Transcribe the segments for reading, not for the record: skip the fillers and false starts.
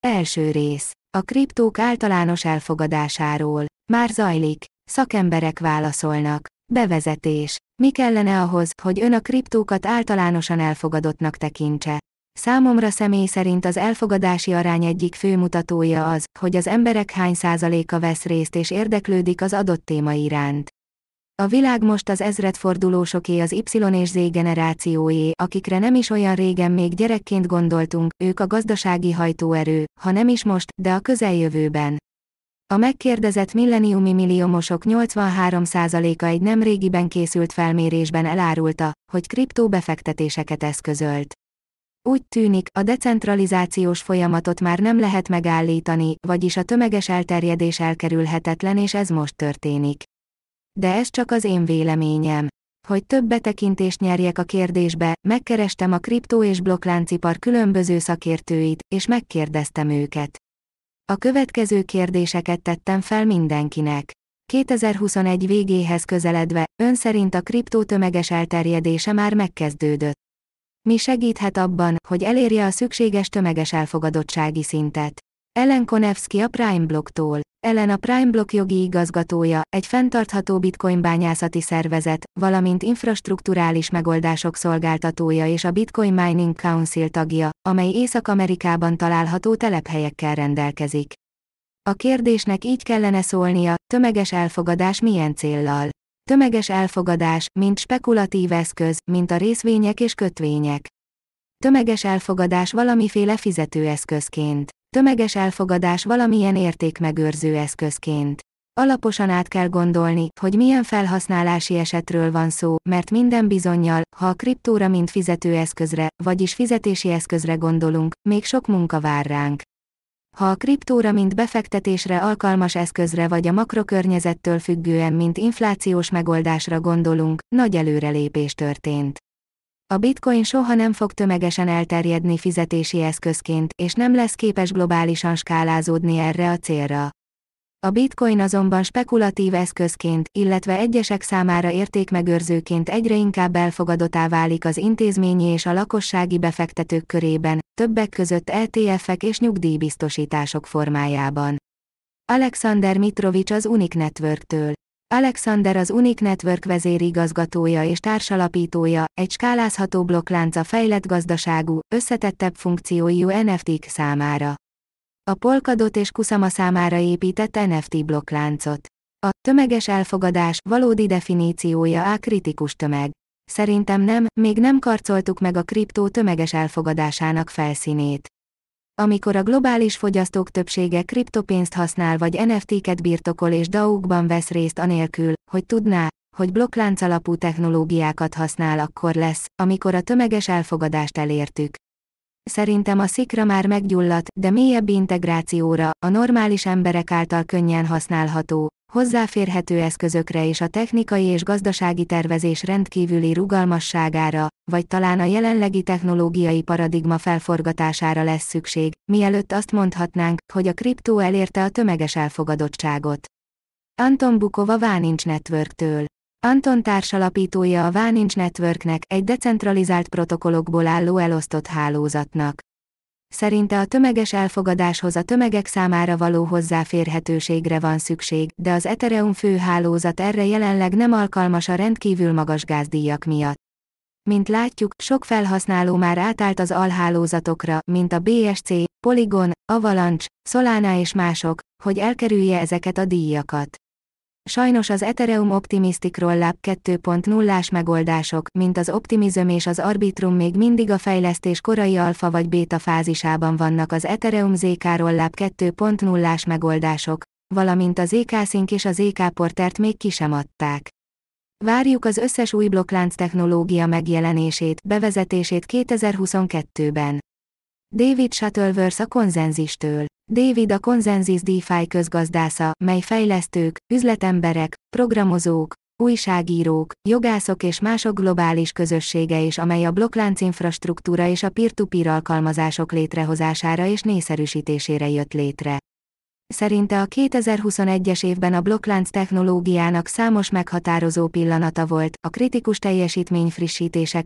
Első rész. A kriptók általános elfogadásáról. Már zajlik. Szakemberek válaszolnak. Bevezetés. Mi kellene ahhoz, hogy ön a kriptókat általánosan elfogadottnak tekintse? Számomra személy szerint az elfogadási arány egyik fő mutatója az, hogy az emberek hány százaléka vesz részt és érdeklődik az adott téma iránt. A világ most az ezredfordulósoké, az Y és Z generációé, akikre nem is olyan régen még gyerekként gondoltunk, ők a gazdasági hajtóerő, ha nem is most, de a közeljövőben. A megkérdezett milleniumi milliómosok 83%-a egy nemrégiben készült felmérésben elárulta, hogy kriptóbefektetéseket eszközölt. Úgy tűnik, a decentralizációs folyamatot már nem lehet megállítani, vagyis a tömeges elterjedés elkerülhetetlen, és ez most történik. De ez csak az én véleményem. Hogy több betekintést nyerjek a kérdésbe, megkerestem a kriptó- és blokkláncipar különböző szakértőit, és megkérdeztem őket. A következő kérdéseket tettem fel mindenkinek. 2021 végéhez közeledve, ön szerint a kriptó tömeges elterjedése már megkezdődött? Mi segíthet abban, hogy elérje a szükséges tömeges elfogadottsági szintet? Ellen Konevsky a PrimeBlock-tól. Ellen a PrimeBlock jogi igazgatója, egy fenntartható bitcoin bányászati szervezet, valamint infrastrukturális megoldások szolgáltatója és a Bitcoin Mining Council tagja, amely Észak-Amerikában található telephelyekkel rendelkezik. A kérdésnek így kellene szólnia: tömeges elfogadás milyen céllal? Tömeges elfogadás, mint spekulatív eszköz, mint a részvények és kötvények. Tömeges elfogadás valamiféle fizetőeszközként. Tömeges elfogadás valamilyen értékmegőrző eszközként. Alaposan át kell gondolni, hogy milyen felhasználási esetről van szó, mert minden bizonnyal, ha a kriptóra mint fizetőeszközre, vagyis fizetési eszközre gondolunk, még sok munka vár ránk. Ha a kriptóra mint befektetésre alkalmas eszközre vagy a makrokörnyezettől függően mint inflációs megoldásra gondolunk, nagy előrelépés történt. A bitcoin soha nem fog tömegesen elterjedni fizetési eszközként, és nem lesz képes globálisan skálázódni erre a célra. A bitcoin azonban spekulatív eszközként, illetve egyesek számára értékmegőrzőként egyre inkább elfogadottá válik az intézményi és a lakossági befektetők körében, többek között ETF-ek és nyugdíjbiztosítások formájában. Alexander Mitrovics az Unic Network-től. Alexander az Unic Network vezérigazgatója és társalapítója, egy skálázható blokklánc a fejlett gazdaságú, összetettebb funkciójú NFT-k számára. A Polkadot és Kusama számára épített NFT blokkláncot. A tömeges elfogadás valódi definíciója a kritikus tömeg. Szerintem nem, még nem karcoltuk meg a kriptó tömeges elfogadásának felszínét. Amikor a globális fogyasztók többsége kriptopénzt használ vagy NFT-ket birtokol és DAO-kban vesz részt anélkül, hogy tudná, hogy blokklánc alapú technológiákat használ, akkor lesz, amikor a tömeges elfogadást elértük. Szerintem a szikra már meggyulladt, de mélyebb integrációra, a normális emberek által könnyen használható, hozzáférhető eszközökre és a technikai és gazdasági tervezés rendkívüli rugalmasságára, vagy talán a jelenlegi technológiai paradigma felforgatására lesz szükség, mielőtt azt mondhatnánk, hogy a kriptó elérte a tömeges elfogadottságot. Anton Bukov a Vaninch Network-től. Anton társalapítója a Vaninch Networknek, egy decentralizált protokollokból álló elosztott hálózatnak. Szerinte a tömeges elfogadáshoz a tömegek számára való hozzáférhetőségre van szükség, de az Ethereum főhálózat erre jelenleg nem alkalmas a rendkívül magas gázdíjak miatt. Mint látjuk, sok felhasználó már átállt az alhálózatokra, mint a BSC, Polygon, Avalanche, Solana és mások, hogy elkerülje ezeket a díjakat. Sajnos az Ethereum Optimistic Rollup 2.0-ás megoldások, mint az Optimism és az Arbitrum még mindig a fejlesztés korai alfa vagy béta fázisában vannak, az Ethereum ZK Rollup 2.0-ás megoldások, valamint a ZK Sync és a ZK Portert még ki sem adták. Várjuk az összes új blokklánc technológia megjelenését, bevezetését 2022-ben. David Shuttleworth a Consensys-től. David a Consensys DeFi közgazdásza, mely fejlesztők, üzletemberek, programozók, újságírók, jogászok és mások globális közössége és amely a blokklánc infrastruktúra és a peer-to-peer alkalmazások létrehozására és népszerűsítésére jött létre. Szerinte a 2021-es évben a blokklánc technológiának számos meghatározó pillanata volt, a kritikus teljesítmény frissítésektől,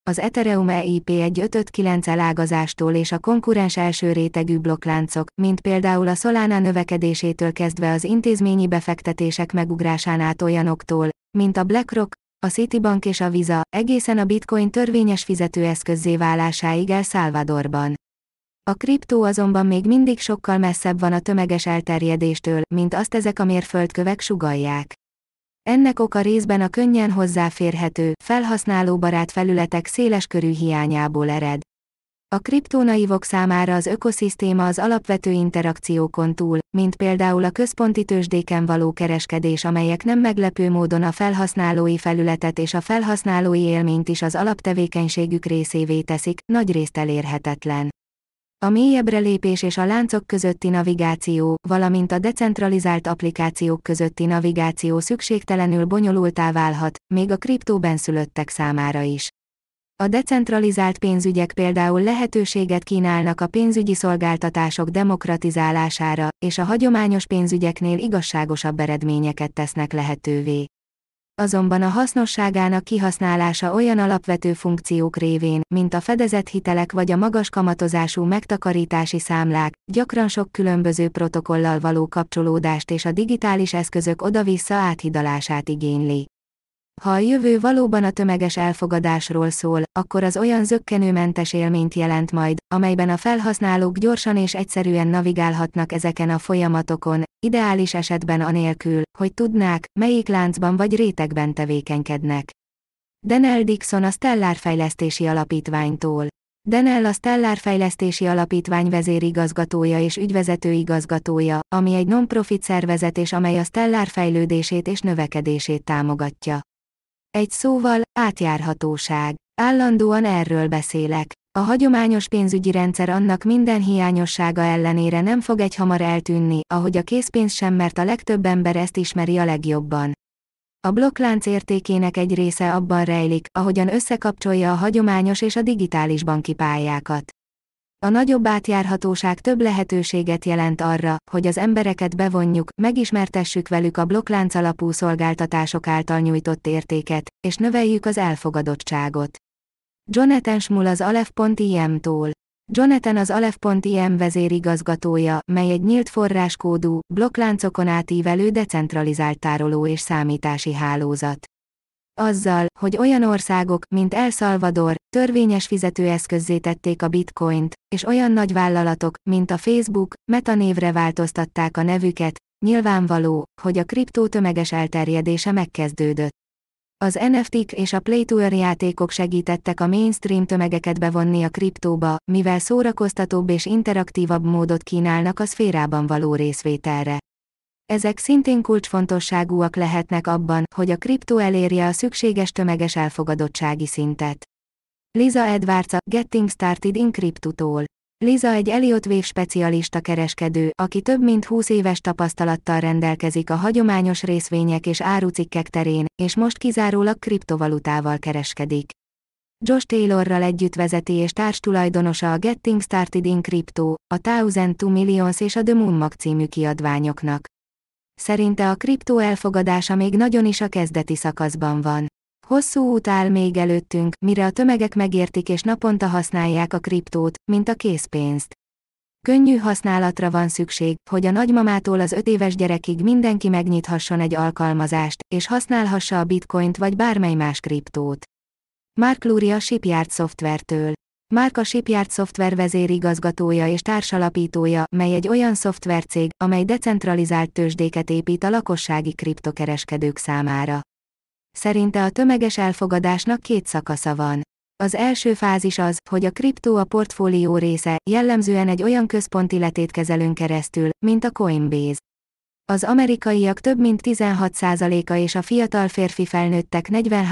Az Ethereum EIP 1.5.9 elágazástól és a konkurens első rétegű blokkláncok, mint például a Solana növekedésétől kezdve az intézményi befektetések megugrásán át olyanoktól, mint a BlackRock, a Citibank és a Visa, egészen a Bitcoin törvényes fizetőeszközzé válásáig El Salvadorban. A kriptó azonban még mindig sokkal messzebb van a tömeges elterjedéstől, mint azt ezek a mérföldkövek sugallják. Ennek oka részben a könnyen hozzáférhető, felhasználóbarát felületek széleskörű hiányából ered. A kriptonaivok számára az ökoszisztéma az alapvető interakciókon túl, mint például a központi tőzsdéken való kereskedés, amelyek nem meglepő módon a felhasználói felületet és a felhasználói élményt is az alaptevékenységük részévé teszik, nagyrészt elérhetetlen. A mélyebbre lépés és a láncok közötti navigáció, valamint a decentralizált applikációk közötti navigáció szükségtelenül bonyolultá válhat, még a kriptóbenszülöttek számára is. A decentralizált pénzügyek például lehetőséget kínálnak a pénzügyi szolgáltatások demokratizálására, és a hagyományos pénzügyeknél igazságosabb eredményeket tesznek lehetővé. Azonban a hasznosságának kihasználása olyan alapvető funkciók révén, mint a fedezett hitelek vagy a magas kamatozású megtakarítási számlák, gyakran sok különböző protokollal való kapcsolódást és a digitális eszközök oda-vissza áthidalását igényli. Ha a jövő valóban a tömeges elfogadásról szól, akkor az olyan zökkenőmentes élményt jelent majd, amelyben a felhasználók gyorsan és egyszerűen navigálhatnak ezeken a folyamatokon, ideális esetben anélkül, hogy tudnák, melyik láncban vagy rétegben tevékenykednek. Daniel Dixon a Stellar Fejlesztési Alapítványtól. Daniel a Stellar Fejlesztési Alapítvány vezérigazgatója és ügyvezető igazgatója, ami egy non-profit szervezet és amely a Stellar fejlődését és növekedését támogatja. Egy szóval, átjárhatóság. Állandóan erről beszélek. A hagyományos pénzügyi rendszer annak minden hiányossága ellenére nem fog egyhamar eltűnni, ahogy a készpénz sem, mert a legtöbb ember ezt ismeri a legjobban. A blokklánc értékének egy része abban rejlik, ahogyan összekapcsolja a hagyományos és a digitális banki pályákat. A nagyobb átjárhatóság több lehetőséget jelent arra, hogy az embereket bevonjuk, megismertessük velük a blokklánc alapú szolgáltatások által nyújtott értéket, és növeljük az elfogadottságot. Jonathan Schmull az Aleph.im-tól. Jonathan az Aleph.im vezérigazgatója, mely egy nyílt forráskódú, blokkláncokon átívelő decentralizált tároló és számítási hálózat. Azzal, hogy olyan országok, mint El Salvador, törvényes fizetőeszközzé tették a bitcoint, és olyan nagy vállalatok, mint a Facebook, Meta névre változtatták a nevüket, nyilvánvaló, hogy a kriptó tömeges elterjedése megkezdődött. Az NFT-k és a Play-to-earn játékok segítettek a mainstream tömegeket bevonni a kriptóba, mivel szórakoztatóbb és interaktívabb módot kínálnak a szférában való részvételre. Ezek szintén kulcsfontosságúak lehetnek abban, hogy a kriptó elérje a szükséges tömeges elfogadottsági szintet. Lisa Edwards a Getting Started in Crypto-tól. Lisa egy Elliott Wave specialista kereskedő, aki több mint 20 éves tapasztalattal rendelkezik a hagyományos részvények és árucikkek terén, és most kizárólag kriptovalutával kereskedik. Josh Taylorral együtt vezeti és társtulajdonosa a Getting Started in Crypto, a 1002 Millions és a The Moon Mag című kiadványoknak. Szerinte a kriptó elfogadása még nagyon is a kezdeti szakaszban van. Hosszú út áll még előttünk, mire a tömegek megértik és naponta használják a kriptót, mint a készpénzt. Könnyű használatra van szükség, hogy a nagymamától az 5 éves gyerekig mindenki megnyithasson egy alkalmazást, és használhassa a bitcoint vagy bármely más kriptót. Mark Lurie a Shipyard Software-től. Mark a Shipyard Software vezérigazgatója és társalapítója, mely egy olyan szoftvercég, amely decentralizált tőzsdéket épít a lakossági kriptokereskedők számára. Szerinte a tömeges elfogadásnak 2 szakasza van. Az első fázis az, hogy a kriptó a portfólió része, jellemzően egy olyan központi letétkezelőn keresztül, mint a Coinbase. Az amerikaiak több mint 16%-a és a fiatal férfi felnőttek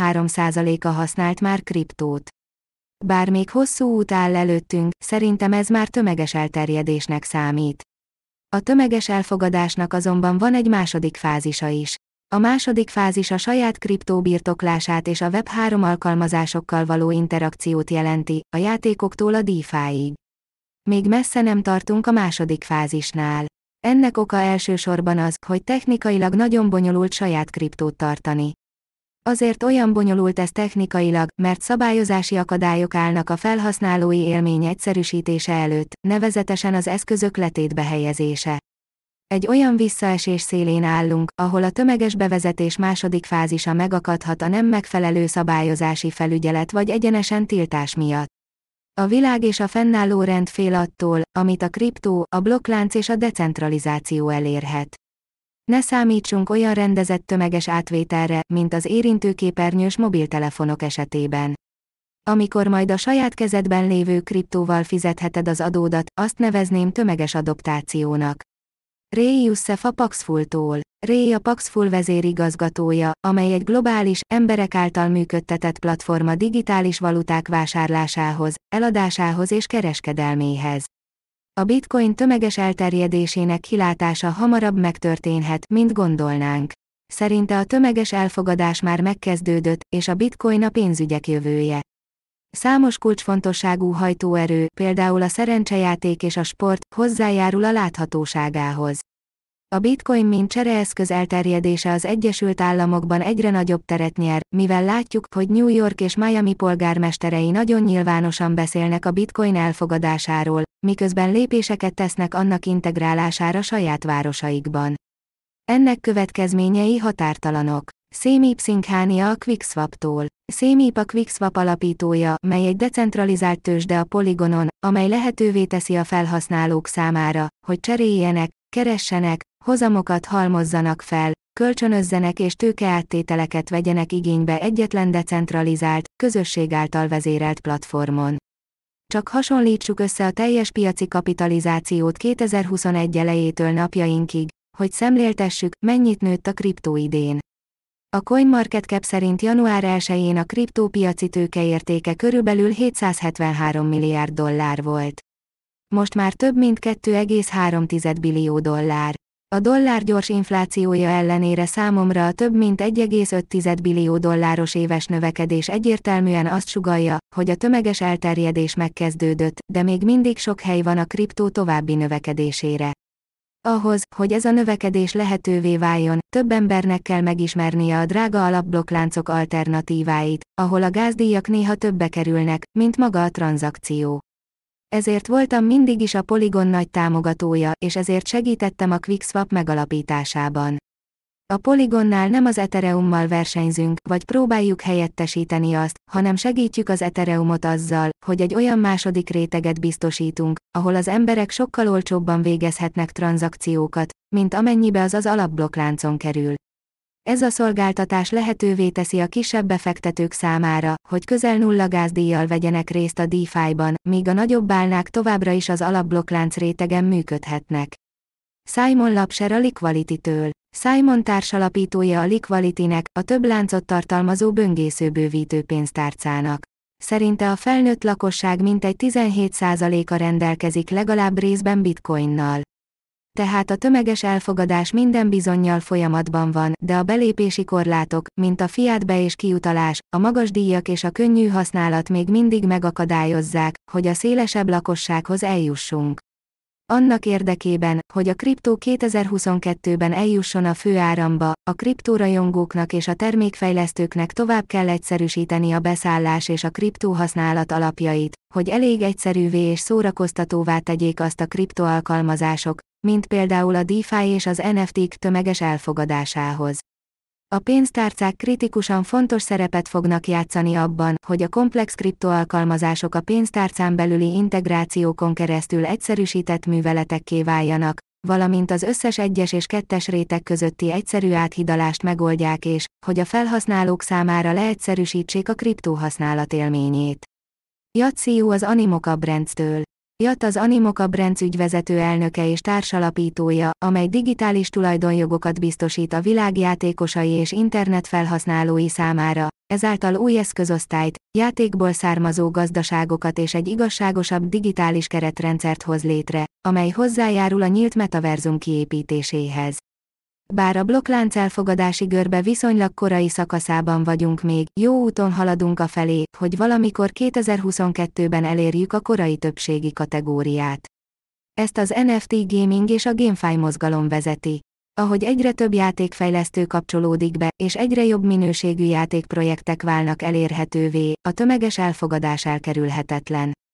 43%-a használt már kriptót. Bár még hosszú út áll előttünk, szerintem ez már tömeges elterjedésnek számít. A tömeges elfogadásnak azonban van egy második fázisa is. A második fázis a saját kriptó birtoklását és a Web3 alkalmazásokkal való interakciót jelenti, a játékoktól a DeFi-ig. Még messze nem tartunk a második fázisnál. Ennek oka elsősorban az, hogy technikailag nagyon bonyolult saját kriptót tartani. Azért olyan bonyolult ez technikailag, mert szabályozási akadályok állnak a felhasználói élmény egyszerűsítése előtt, nevezetesen az eszközök letétbe helyezése. Egy olyan visszaesés szélén állunk, ahol a tömeges bevezetés második fázisa megakadhat a nem megfelelő szabályozási felügyelet vagy egyenesen tiltás miatt. A világ és a fennálló rend fél attól, amit a kriptó, a blokklánc és a decentralizáció elérhet. Ne számítsunk olyan rendezett tömeges átvételre, mint az érintőképernyős mobiltelefonok esetében. Amikor majd a saját kezedben lévő kriptóval fizetheted az adódat, azt nevezném tömeges adoptációnak. Ray Youssef a Paxful-tól. Ray a Paxful vezérigazgatója, amely egy globális, emberek által működtetett platforma digitális valuták vásárlásához, eladásához és kereskedelméhez. A bitcoin tömeges elterjedésének kilátása hamarabb megtörténhet, mint gondolnánk. Szerinte a tömeges elfogadás már megkezdődött, és a bitcoin a pénzügyek jövője. Számos kulcsfontosságú hajtóerő, például a szerencsejáték és a sport, hozzájárul a láthatóságához. A bitcoin mint csereeszköz elterjedése az Egyesült Államokban egyre nagyobb teret nyer, mivel látjuk, hogy New York és Miami polgármesterei nagyon nyilvánosan beszélnek a bitcoin elfogadásáról, miközben lépéseket tesznek annak integrálására saját városaikban. Ennek következményei határtalanok. Semip Singhania a QuickSwap-tól. Semip a QuickSwap alapítója, mely egy decentralizált tőzsde a Polygonon, amely lehetővé teszi a felhasználók számára, hogy cseréljenek, keressenek, hozamokat halmozzanak fel, kölcsönözzenek és tőkeáttételeket vegyenek igénybe egyetlen decentralizált, közösség által vezérelt platformon. Csak hasonlítsuk össze a teljes piaci kapitalizációt 2021 elejétől napjainkig, hogy szemléltessük, mennyit nőtt a kriptó idén. A CoinMarketCap szerint január 1-én a kriptópiaci tőkeértéke körülbelül 773 milliárd dollár volt. Most már több mint 2,3 billió dollár. A dollár gyors inflációja ellenére számomra a több mint 1,5 billió dolláros éves növekedés egyértelműen azt sugallja, hogy a tömeges elterjedés megkezdődött, de még mindig sok hely van a kriptó további növekedésére. Ahhoz, hogy ez a növekedés lehetővé váljon, több embernek kell megismernie a drága alapblokkláncok alternatíváit, ahol a gázdíjak néha többe kerülnek, mint maga a tranzakció. Ezért voltam mindig is a Polygon nagy támogatója, és ezért segítettem a QuickSwap megalapításában. A Polygonnál nem az Ethereummal versenyzünk, vagy próbáljuk helyettesíteni azt, hanem segítjük az Ethereumot azzal, hogy egy olyan második réteget biztosítunk, ahol az emberek sokkal olcsóbban végezhetnek tranzakciókat, mint amennyibe az alapblokkláncon kerül. Ez a szolgáltatás lehetővé teszi a kisebb befektetők számára, hogy közel nulla gázdíjjal vegyenek részt a DeFi-ban, míg a nagyobb bálnák továbbra is az alapblokklánc rétegen működhetnek. Simon Lapser a Liquality-től. Simon társalapítója a Liquality-nek, a több láncot tartalmazó böngészőbővítő pénztárcának. Szerinte a felnőtt lakosság mintegy 17%-a rendelkezik legalább részben bitcoinnal. Tehát a tömeges elfogadás minden bizonnyal folyamatban van, de a belépési korlátok, mint a fiat be- és kiutalás, a magas díjak és a könnyű használat még mindig megakadályozzák, hogy a szélesebb lakossághoz eljussunk. Annak érdekében, hogy a kriptó 2022-ben eljusson a főáramba, a kriptórajongóknak és a termékfejlesztőknek tovább kell egyszerűsíteni a beszállás és a kriptóhasználat alapjait, hogy elég egyszerűvé és szórakoztatóvá tegyék azt a kriptoalkalmazások, mint például a DeFi és az NFT-k tömeges elfogadásához. A pénztárcák kritikusan fontos szerepet fognak játszani abban, hogy a komplex kriptoalkalmazások a pénztárcán belüli integrációkon keresztül egyszerűsített műveletekké váljanak, valamint az összes 1-es és 2-es réteg közötti egyszerű áthidalást megoldják és, hogy a felhasználók számára leegyszerűsítsék a kriptóhasználat élményét. Yat Siu az Animoca Brands-től. Yat az Animoca Brands ügyvezető elnöke és társalapítója, amely digitális tulajdonjogokat biztosít a világ játékosai és internet felhasználói számára, ezáltal új eszközosztályt, játékból származó gazdaságokat és egy igazságosabb digitális keretrendszert hoz létre, amely hozzájárul a nyílt metaverzum kiépítéséhez. Bár a blokklánc elfogadási görbe viszonylag korai szakaszában vagyunk még, jó úton haladunk afelé, hogy valamikor 2022-ben elérjük a korai többségi kategóriát. Ezt az NFT gaming és a GameFi mozgalom vezeti. Ahogy egyre több játékfejlesztő kapcsolódik be, és egyre jobb minőségű játékprojektek válnak elérhetővé, a tömeges elfogadás elkerülhetetlen.